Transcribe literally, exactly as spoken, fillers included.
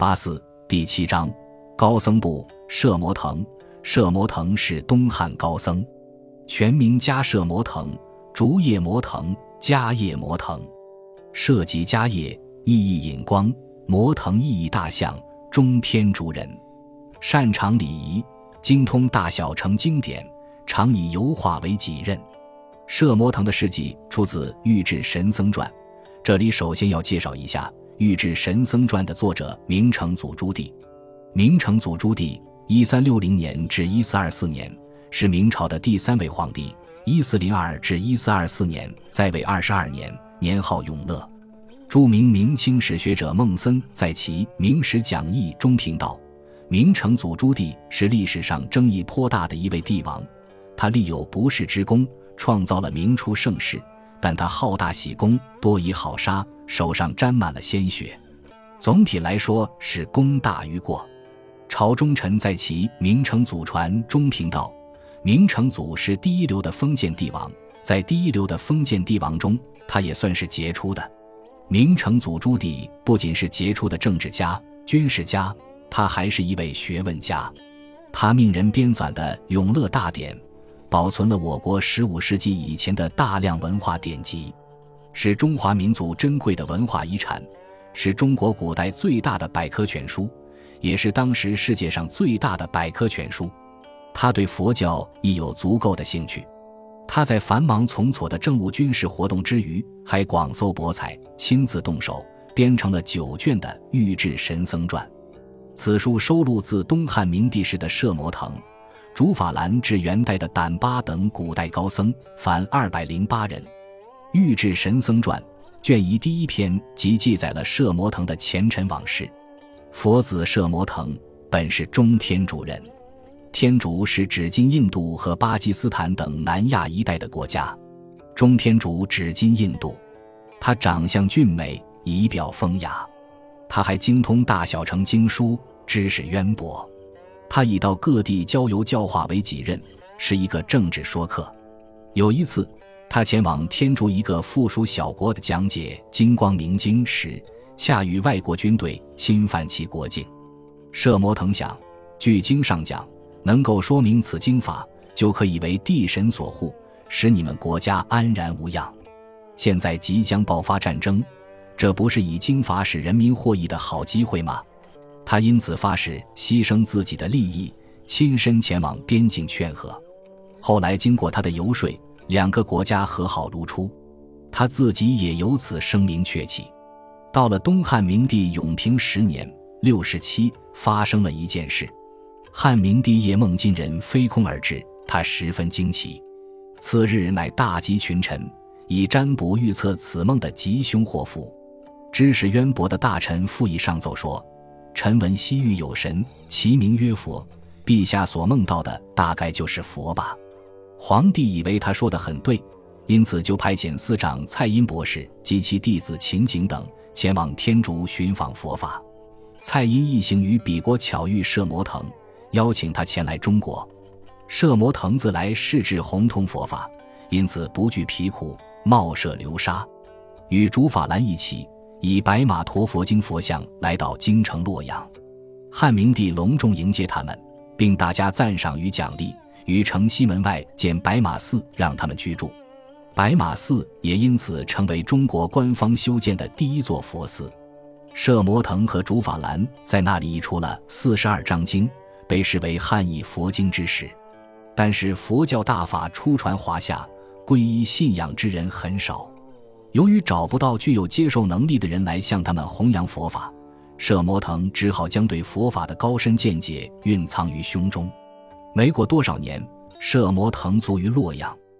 八四第七章高僧部摄摩腾。摄摩腾是东汉高僧，全名迦摄摩腾、竹叶摩腾、迦叶摩腾。摄即迦叶，意义引光；摩腾意义大象，中天竺人。擅长礼仪，精通大小乘经典，常以油画为己任。摄摩腾的事迹出自《玉质神僧传》，这里首先要介绍一下《玉质神僧传》的作者明成祖朱棣。明成祖朱棣一三六零年至一四二四年，是明朝的第三位皇帝，一四零二至一四二四年在位二十二年，年号永乐。著名明清史学者孟森在其《明史讲义》中评道，明成祖朱棣是历史上争议颇大的一位帝王，他立有不世之功，创造了明初盛世，但他好大喜功，多疑好杀，手上沾满了鲜血。总体来说是功大于过。朝中臣在其《明成祖传》中评道，明成祖是第一流的封建帝王，在第一流的封建帝王中，他也算是杰出的。明成祖朱棣不仅是杰出的政治家、军事家，他还是一位学问家。他命人编纂的《永乐大典》保存了我国十五世纪以前的大量文化典籍，是中华民族珍贵的文化遗产，是中国古代最大的百科全书，也是当时世界上最大的百科全书。他对佛教亦有足够的兴趣，他在繁忙从错的政务军事活动之余，还广搜博采，亲自动手编成了九卷的《玉质神僧传》。此书收录自东汉明帝时的摄摩腾、竺法兰至元代的胆巴等古代高僧，凡二百零八人。《玉质神僧传》卷一第一篇即记载了摄摩腾的前尘往事。佛子摄摩腾本是中天竺人，天竺是指今印度和巴基斯坦等南亚一带的国家，中天竺指今印度。他长相俊美，仪表风雅，他还精通大小乘经书，知识渊博。他以到各地交游教化为己任，是一个政治说客。有一次，他前往天竺一个附属小国的讲解金光明经时，恰与外国军队侵犯其国境。摄摩腾想，据经上讲，能够说明此经法，就可以为地神所护，使你们国家安然无恙。现在即将爆发战争，这不是以经法使人民获益的好机会吗？他因此发誓牺牲自己的利益，亲身前往边境劝和。后来经过他的游说，两个国家和好如初，他自己也由此声名鹊起。到了东汉明帝永平十年六十七，发生了一件事。汉明帝夜梦金人飞空而至，他十分惊奇。次日乃大集群臣，以占卜预测此梦的吉凶祸福。知识渊博的大臣附议上奏说，臣闻西域有神，其名曰佛，陛下所梦到的大概就是佛吧。皇帝以为他说得很对，因此就派遣司长蔡因博士及其弟子秦景等前往天竺寻访佛法。蔡因一行于彼国巧遇摄摩腾，邀请他前来中国。摄摩腾自来誓志弘通佛法，因此不惧疲苦，冒涉流沙，与竺法兰一起以白马驮佛经佛像来到京城洛阳。汉明帝隆重迎接他们，并大加赞赏与奖励，于城西门外建白马寺让他们居住。白马寺也因此成为中国官方修建的第一座佛寺。摄摩腾和竺法兰在那里译出了四十二章经，被视为汉译佛经之始。但是佛教大法初传华夏，皈依信仰之人很少。由于找不到具有接受能力的人来向他们弘扬佛法，摄摩腾只好将对佛法的高深见解蕴藏于胸中。没过多少年，摄摩腾卒于洛阳。